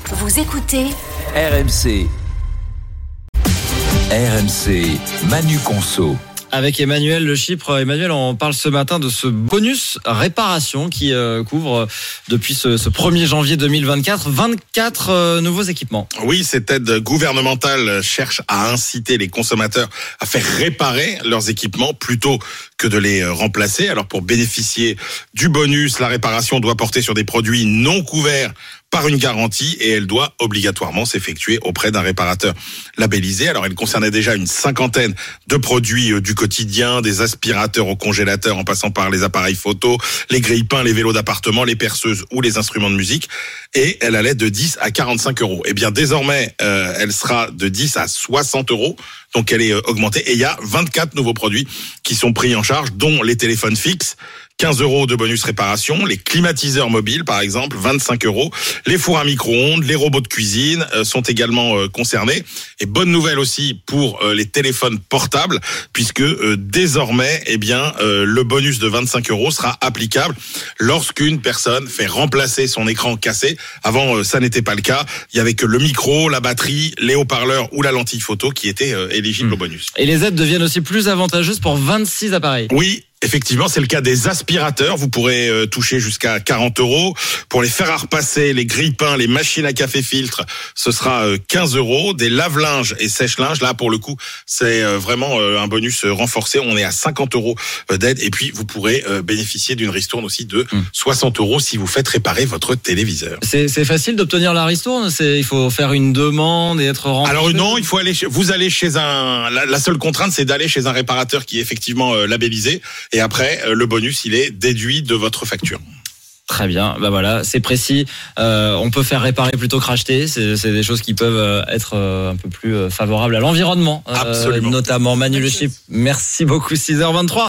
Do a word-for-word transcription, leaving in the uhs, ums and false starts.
Vous écoutez R M C. R M C, Manu Conso. Avec Emmanuel Le Chypre. Emmanuel, on parle ce matin de ce bonus réparation qui euh, couvre depuis ce, ce premier janvier deux mille vingt-quatre vingt-quatre euh, nouveaux équipements. Oui, cette aide gouvernementale cherche à inciter les consommateurs à faire réparer leurs équipements plutôt que de les remplacer. Alors pour bénéficier du bonus, la réparation doit porter sur des produits non couverts par une garantie et elle doit obligatoirement s'effectuer auprès d'un réparateur labellisé. Alors elle concernait déjà une cinquantaine de produits du quotidien, des aspirateurs au congélateur en passant par les appareils photo, les grille-pains, les vélos d'appartement, les perceuses ou les instruments de musique, et elle allait de dix à quarante-cinq euros. Et bien désormais, euh, elle sera de dix à soixante euros. Donc elle est augmentée et il y a vingt-quatre nouveaux produits qui sont pris en charge, dont les téléphones fixes, quinze euros de bonus réparation, les climatiseurs mobiles par exemple, vingt-cinq euros, les fours à micro-ondes, les robots de cuisine euh, sont également euh, concernés. Et bonne nouvelle aussi pour euh, les téléphones portables, puisque euh, désormais, eh bien, euh, le bonus de vingt-cinq euros sera applicable lorsqu'une personne fait remplacer son écran cassé. Avant, euh, ça n'était pas le cas. Il y avait que le micro, la batterie, les haut-parleurs ou la lentille photo qui étaient euh, éligibles mmh. au bonus. Et les aides deviennent aussi plus avantageuses pour vingt-six appareils. Oui. Effectivement, c'est le cas des aspirateurs. Vous pourrez euh, toucher jusqu'à quarante euros. Pour les fers à repasser, les grille-pains, les machines à café filtre, ce sera euh, quinze euros. Des lave-linges et sèche-linges, là, pour le coup, c'est euh, vraiment euh, un bonus renforcé. On est à cinquante euros d'aide. Et puis, vous pourrez euh, bénéficier d'une ristourne aussi de mmh. soixante euros si vous faites réparer votre téléviseur. C'est, c'est facile d'obtenir la ristourne. C'est, il faut faire une demande et être remboursé. Alors non, il faut aller. Chez, vous allez chez un. La, la seule contrainte, c'est d'aller chez un réparateur qui est effectivement euh, labellisé. Et après, le bonus, il est déduit de votre facture. Très bien, bah voilà, c'est précis. Euh, on peut faire réparer plutôt que racheter. C'est, c'est des choses qui peuvent être un peu plus favorables à l'environnement. Absolument. Euh, notamment Manu Le Chypre. Merci beaucoup, six heures vingt-trois.